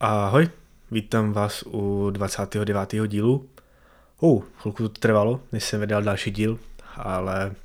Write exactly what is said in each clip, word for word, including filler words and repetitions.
Ahoj, vítám vás u dvacátého devátého dílu. Uh, chvilku to trvalo, než jsem vydal další díl, ale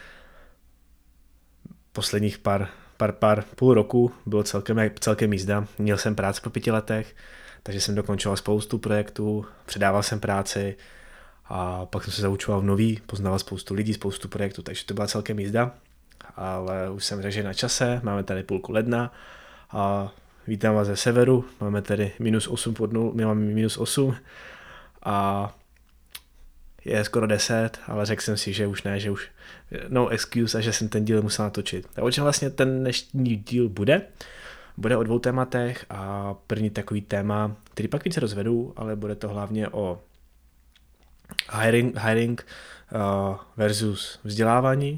posledních pár, pár, pár půl roku bylo celkem, celkem jízda. Měl jsem práci po pěti letech, takže jsem dokončoval spoustu projektů, předával jsem práci a pak jsem se zaučoval v nový, poznával spoustu lidí, spoustu projektů, takže to byla celkem jízda. Ale už jsem řekl, že na čase, máme tady půlku ledna a vítám vás ze severu, máme tady minus osm pod nul, my máme minus osm a je skoro deset, ale řekl jsem si, že už ne, že už no excuse a že jsem ten díl musel natočit. Tak o čem vlastně ten dnešní díl bude? Bude o dvou tématech a první takový téma, který pak více rozvedu, ale bude to hlavně o hiring, hiring uh, versus vzdělávání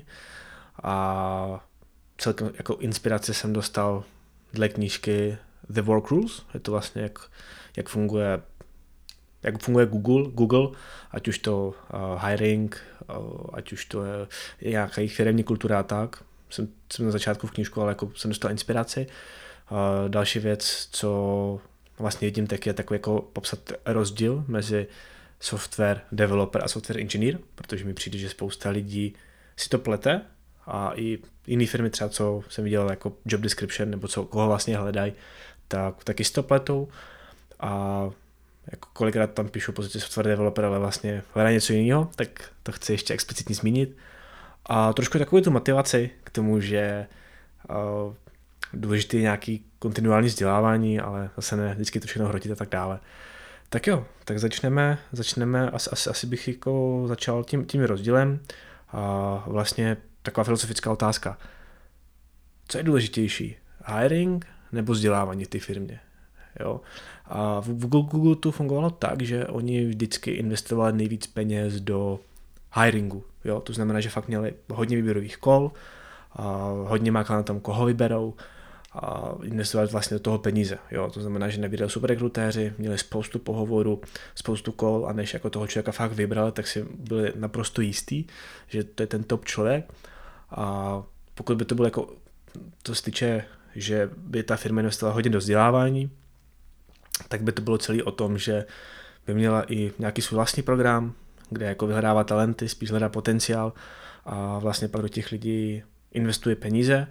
a celkem jako inspiraci jsem dostal dle knížky The Work Rules, je to vlastně jak, jak funguje jak funguje Google, Google, ať už to uh, hiring, uh, ať už to je, je nějaká jejich firemní kultura a tak. Jsem, jsem na začátku v knížku, ale jako jsem dostal inspiraci. Uh, další věc, co vlastně vidím, tak je takový jako popsat rozdíl mezi software developer a software engineer, protože mi přijde, že spousta lidí si to plete a i jiné firmy třeba, co jsem viděl jako job description, nebo co, koho vlastně hledají, tak taky si to pletou a jako kolikrát tam píšu pozici software developer, ale vlastně hledá něco jiného, tak to chci ještě explicitně zmínit. A trošku takovou tu motivaci k tomu, že uh, důležité je nějaký kontinuální vzdělávání, ale zase ne vždycky to všechno hrotit a tak dále. Tak jo, tak začneme, začneme asi, asi, asi bych jako začal tím, tím rozdílem a vlastně taková filozofická otázka. Co je důležitější? Hiring nebo vzdělávání v té firmě? Jo. A v Google to fungovalo tak, že oni vždycky investovali nejvíc peněz do hiringu. Jo. To znamená, že fakt měli hodně výběrových kol, a hodně mákali na tom, koho vyberou a investovali vlastně do toho peníze. Jo. To znamená, že nebývali super rekrutéři, měli spoustu pohovorů, spoustu kol a než jako toho člověka fakt vybrali, tak si byli naprosto jistý, že to je ten top člověk. A pokud by to bylo jako to se týče, že by ta firma investovala hodně do vzdělávání, tak by to bylo celý o tom, že by měla i nějaký svůj vlastní program, kde jako vyhledává talenty, spíš hledá potenciál a vlastně pak do těch lidí investuje peníze,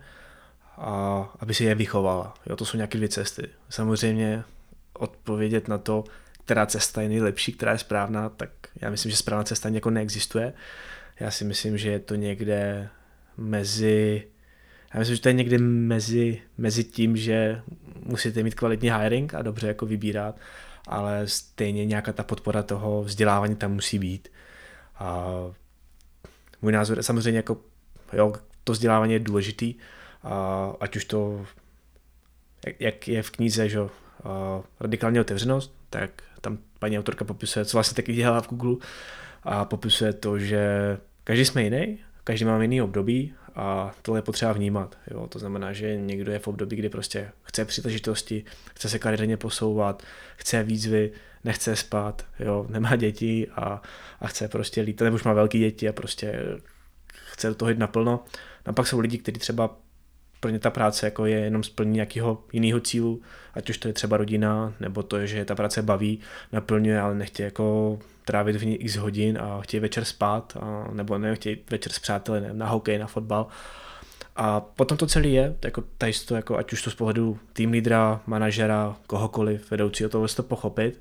a aby si je vychovala. Jo, to jsou nějaké dvě cesty. Samozřejmě odpovědět na to, která cesta je nejlepší, která je správná, tak já myslím, že správná cesta jako neexistuje. Já si myslím, že je to někde mezi Já myslím, že to je někdy mezi, mezi tím, že musíte mít kvalitní hiring a dobře jako vybírat, ale stejně nějaká ta podpora toho vzdělávání tam musí být. A můj názor je samozřejmě jako, jo, to vzdělávání je důležitý, a ať už to, jak je v knize, že radikální otevřenost, tak tam paní autorka popisuje, co vlastně taky dělá v Google a popisuje to, že každý jsme jiný, každý máme jiný období a tohle je potřeba vnímat. Jo? To znamená, že někdo je v období, kdy prostě chce příležitosti, chce se kariérně posouvat, chce výzvy, nechce spát, jo? Nemá děti a, a chce prostě lítat, nebo už má velký děti a prostě chce do toho jít naplno. A pak jsou lidi, kteří třeba pro ně ta práce jako je jenom splní nějakého jiného cílu, ať už to je třeba rodina, nebo to je, že ta práce baví, naplňuje, ale nechtějí jako trávit v ní x hodin a chtějí večer spát, a, nebo nechtějí večer s přáteli ne, na hokej, na fotbal. A potom to celé je, jako tajisto, jako ať už to z pohledu tým lídra, manažera, kohokoliv, vedoucího, tohle to pochopit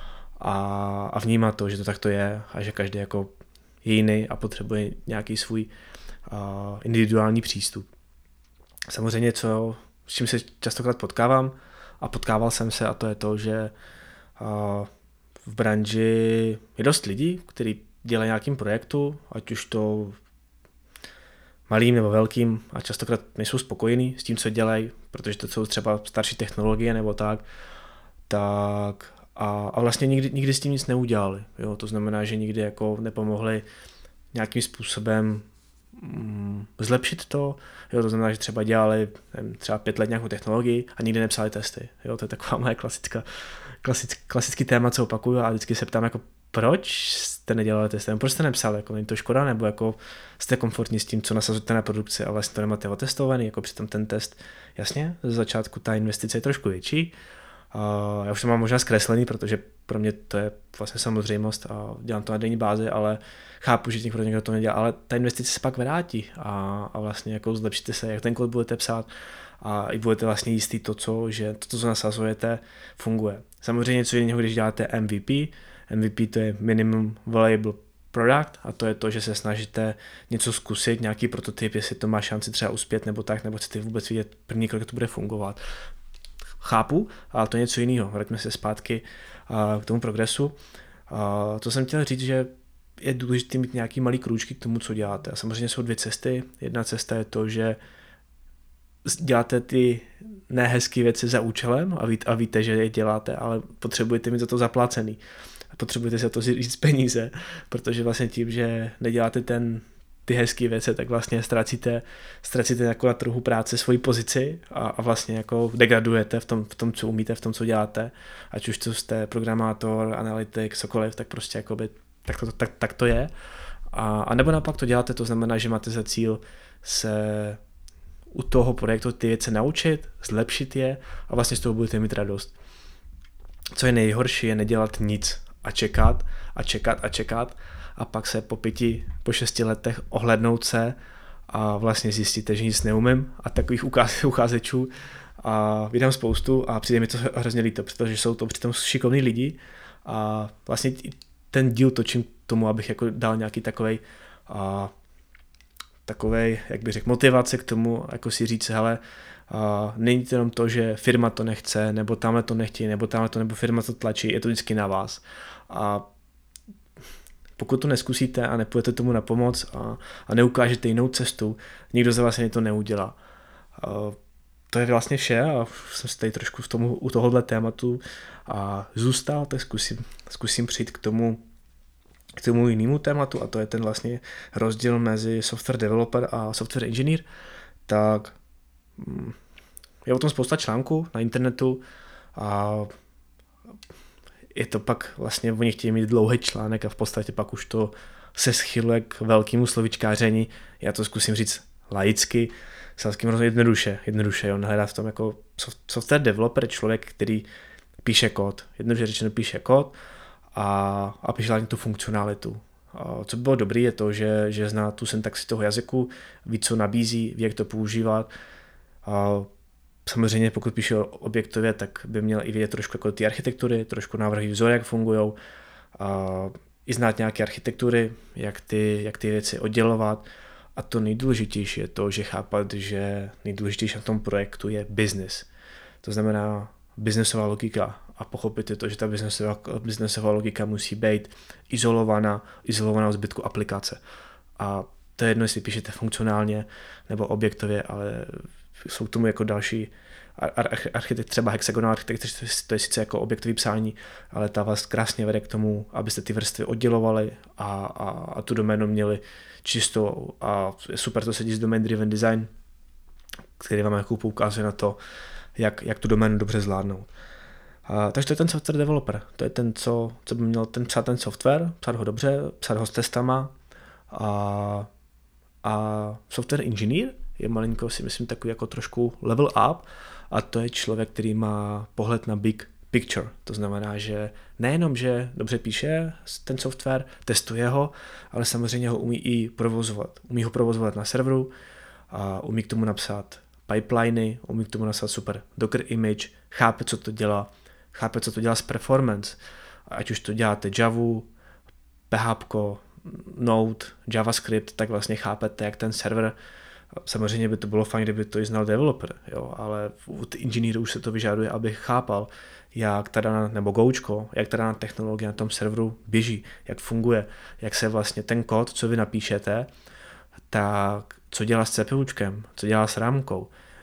a, a vnímat to, že to takto je a že každý jako je jiný a potřebuje nějaký svůj uh, individuální přístup. Samozřejmě, co, s čím se častokrát potkávám a potkával jsem se, a to je to, že uh, v branži je dost lidí, kteří dělají nějakým projektu, ať už to malým nebo velkým, a častokrát nejsou spokojení s tím, co dělají, protože to jsou třeba starší technologie nebo tak, tak a, a vlastně nikdy, nikdy s tím nic neudělali. Jo? To znamená, že nikdy jako nepomohli nějakým způsobem mm, zlepšit to. Jo? To znamená, že třeba dělali nevím, třeba pět let nějakou technologii a nikdy nepsali testy. Jo? To je taková moje klasická, klasick, klasický téma, co opakuju a vždycky se ptám, jako, proč jste nedělali testy, proč jste nepsali, jako, není to škoda, nebo jako jste komfortní s tím, co nasazujete na produkci a vlastně to nemáte otestovaný, jako přitom ten test, jasně, ze začátku ta investice je trošku větší, Uh, já už to mám možná zkreslený, protože pro mě to je vlastně samozřejmost a dělám to na denní bázi, ale chápu, že někdo někdo to nedělá, ale ta investice se pak vrátí a, a vlastně jako zlepšíte se, jak ten kód budete psát a i budete vlastně jistý to, co, že to, co nasazujete, funguje. Samozřejmě něco jiného, když děláte M V P. M V P to je Minimum Viable Product a to je to, že se snažíte něco zkusit, nějaký prototyp, jestli to má šanci třeba uspět nebo tak, nebo chcete vůbec vidět první krok, jak to bude fungovat. Chápu, ale to je něco jiného. Vraťme se zpátky k tomu progresu. Uh, to jsem chtěl říct, že je důležité mít nějaký malý krůčky k tomu, co děláte. A samozřejmě jsou dvě cesty. Jedna cesta je to, že děláte ty nehezké věci za účelem a, ví, a víte, že je děláte, ale potřebujete mít za to zaplacený. A potřebujete si za to říct peníze, protože vlastně tím, že neděláte ten ty hezké věci, tak vlastně ztracíte, ztracíte jako na trhu práce svoji pozici a, a vlastně jako degradujete v tom, v tom, co umíte, v tom, co děláte. Ať už to jste programátor, analytik, cokoliv, tak prostě jakoby, tak, to, tak, tak to je. A, a nebo naopak to děláte, to znamená, že máte za cíl se u toho projektu ty věci naučit, zlepšit je a vlastně z toho budete mít radost. Co je nejhorší, je nedělat nic a čekat a čekat a čekat a pak se po pěti, po šesti letech ohlednout se a vlastně zjistíte, že nic neumím a takových ucházečů a vydám spoustu a přijde mi to hrozně líto, protože jsou to přitom šikovní lidi a vlastně ten díl točím tomu, abych jako dal nějaký takovej a, takovej, jak bych řekl, motivace k tomu, jako si říct, hele, a není to jenom to, že firma to nechce, nebo tamhle to nechtějí, nebo tamhle to, nebo firma to tlačí, je to vždycky na vás. A pokud to neskusíte a nepůjdete tomu na pomoc a, a neukážete jinou cestu, nikdo za vás ani to neudělá. A to je vlastně vše a jsem se tady trošku v tomu, u tohohle tématu a zůstal, tak zkusím, zkusím přijít k tomu, k tomu jinému tématu a to je ten vlastně rozdíl mezi software developer a software engineer. Tak je o tom spousta článků na internetu a je to pak vlastně, oni chtějí mít dlouhý článek a v podstatě pak už to se schyluje k velkému slovičkáření. Já to zkusím říct laicky, selským rozhodně jednoduše, jednoduše, on hledá v tom jako software developer, člověk, který píše kód, jednoduše řečeno píše kód a, a píše hlavně tu funkcionalitu. A co by bylo dobré je to, že, že zná tu syntaxi toho jazyku, ví, co nabízí, ví, jak to používat. A samozřejmě pokud píše objektově, tak by měl i vědět trošku jako ty architektury, trošku návrhy vzory, jak fungují, i znát nějaké architektury, jak ty, jak ty věci oddělovat. A to nejdůležitější je to, že chápat, že nejdůležitější na tom projektu je business. To znamená businessová logika a pochopit je to, že ta businessová, businessová logika musí být izolovaná, izolovaná od zbytku aplikace. A to je jedno, jestli píšete funkcionálně nebo objektově, ale jsou k tomu jako další architekt, třeba hexagonální architekt, to je sice jako objektový psání, ale ta vás krásně vede k tomu, abyste ty vrstvy oddělovali a, a, a tu doménu měli čistou a super to sedí s domain driven design, který vám jako poukazuje na to, jak, jak tu doménu dobře zvládnout. A, takže to je ten software developer, to je ten, co, co by měl ten psát ten software, psát ho dobře, psát ho s testama a, a software engineer je malinko, si myslím, takový jako trošku level up a to je člověk, který má pohled na big picture. To znamená, že nejenom, že dobře píše ten software, testuje ho, ale samozřejmě ho umí i provozovat. Umí ho provozovat na serveru a umí k tomu napsat pipeliny, umí k tomu napsat super Docker image, chápe, co to dělá, chápe, co to dělá s performance. Ať už to děláte Javu, P H P, Node, JavaScript, tak vlastně chápete, jak ten server. Samozřejmě by to bylo fajn, kdyby to i znal developer, jo, ale od inženýrů už se to vyžaduje, aby chápal, jak teda, nebo Goučko, jak teda technologie na tom serveru běží, jak funguje, jak se vlastně ten kód, co vy napíšete, tak co dělá s CPUčkem, co dělá s rámkou.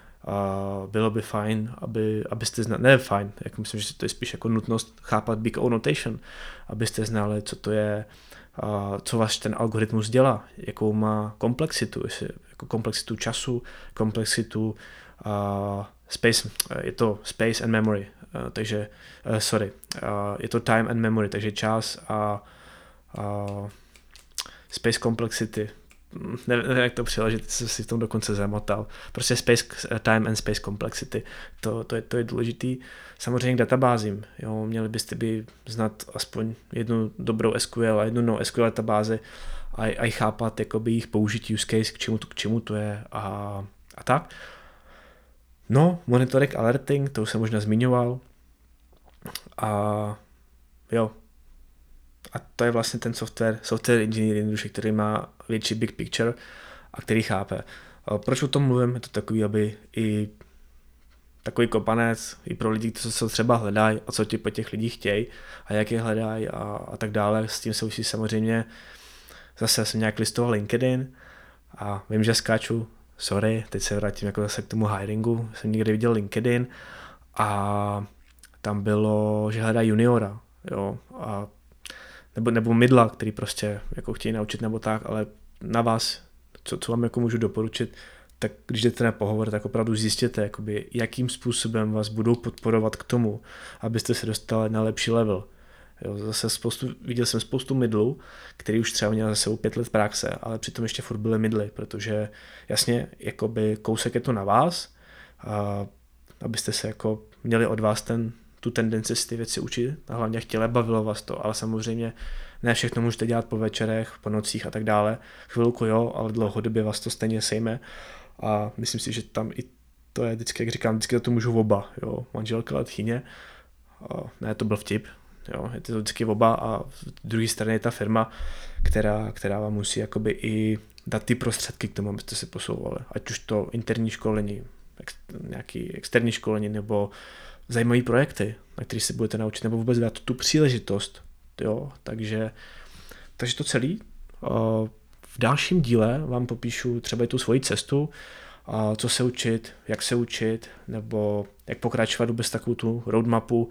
Uh, bylo by fajn, aby, abyste znali, ne fajn, jak myslím, že to je spíš jako nutnost chápat big O notation, abyste znali, co to je, uh, co váš ten algoritmus dělá, jakou má komplexitu, jestli, jako komplexitu času, komplexitu uh, space, je to space and memory, uh, takže, uh, sorry, uh, je to time and memory, takže čas a uh, space complexity, nevím, jak to přeložit, jsem si v tom dokonce zamotal. Prostě space, time and space complexity, to, to, je, to je důležitý. Samozřejmě k databázím, jo, měli byste by znat aspoň jednu dobrou S Q L a jednu no S Q L databázi a, a chápat jakoby jejich použití use case, k čemu to, k čemu to je a, a tak. No, monitoring alerting, to už jsem možná zmiňoval. A jo, a to je vlastně ten software, software engineering, který má větší big picture a který chápe. Proč o tom mluvím? Je to takový, aby i takový kopanec i pro lidi, co se třeba hledají a co ti po těch lidí chtějí a jak je hledají a, a tak dále. S tím souvisí samozřejmě zase jsem nějak listoval LinkedIn a vím, že skáču, sorry, teď se vrátím jako zase k tomu hiringu, jsem někde viděl LinkedIn a tam bylo, že hledá juniora, jo, a nebo, nebo midla, který prostě jako chtějí naučit nebo tak, ale na vás, co, co vám jako můžu doporučit, tak když jdete na pohovor, tak opravdu zjistěte, jakoby, jakým způsobem vás budou podporovat k tomu, abyste se dostali na lepší level. Jo, zase spoustu, viděl jsem spoustu midlů, který už třeba měl za sebou pět let praxe, ale přitom ještě furt byly midly, protože jasně, jakoby kousek je to na vás, a abyste se jako měli od vás ten tu tendenci si ty věci učit a hlavně chtěli, bavilo vás to, ale samozřejmě ne všechno můžete dělat po večerech, po nocích a tak dále. Chvilku jo, ale dlouhodobě vás to stejně sejme a myslím si, že tam i to je vždycky, jak říkám, vždycky to můžu oba, jo, manželka a tchyně, a ne, to byl vtip, jo, je to vždycky oba a z druhé strany je ta firma, která, která vám musí jakoby i dát ty prostředky k tomu, abyste se posouvali, ať už to interní školení, ex, nějaký externí školení nebo zajímavé projekty, na kterých se budete naučit, nebo vůbec dát tu příležitost. Jo? Takže, takže to celé. V dalším díle vám popíšu třeba i tu svoji cestu, co se učit, jak se učit, nebo jak pokračovat vůbec takovou tu roadmapu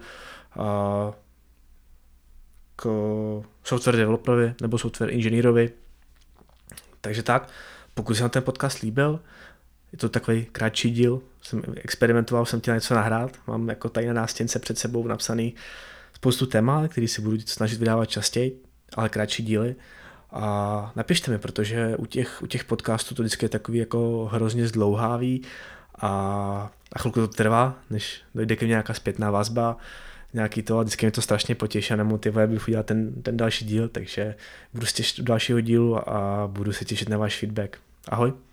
k software developerovi nebo software inženýrovi. Takže tak, pokud se vám ten podcast líbil, je to takový kratší díl, jsem experimentoval, jsem chtěl něco nahrát, mám jako tady na nástěnce před sebou napsaný spoustu témat, který si budu snažit vydávat častěji, ale kratší díly. A napište mi, protože u těch, u těch podcastů to vždycky je takový jako hrozně zdlouhavý a, a chvilku to trvá, než dojde ke mně nějaká zpětná vazba, nějaký to, a vždycky mě to strašně potěší a nemotivuje, abych udělal ten, ten další díl, takže budu se těšit do dalšího dílu a budu se těšit na váš feedback. Ahoj.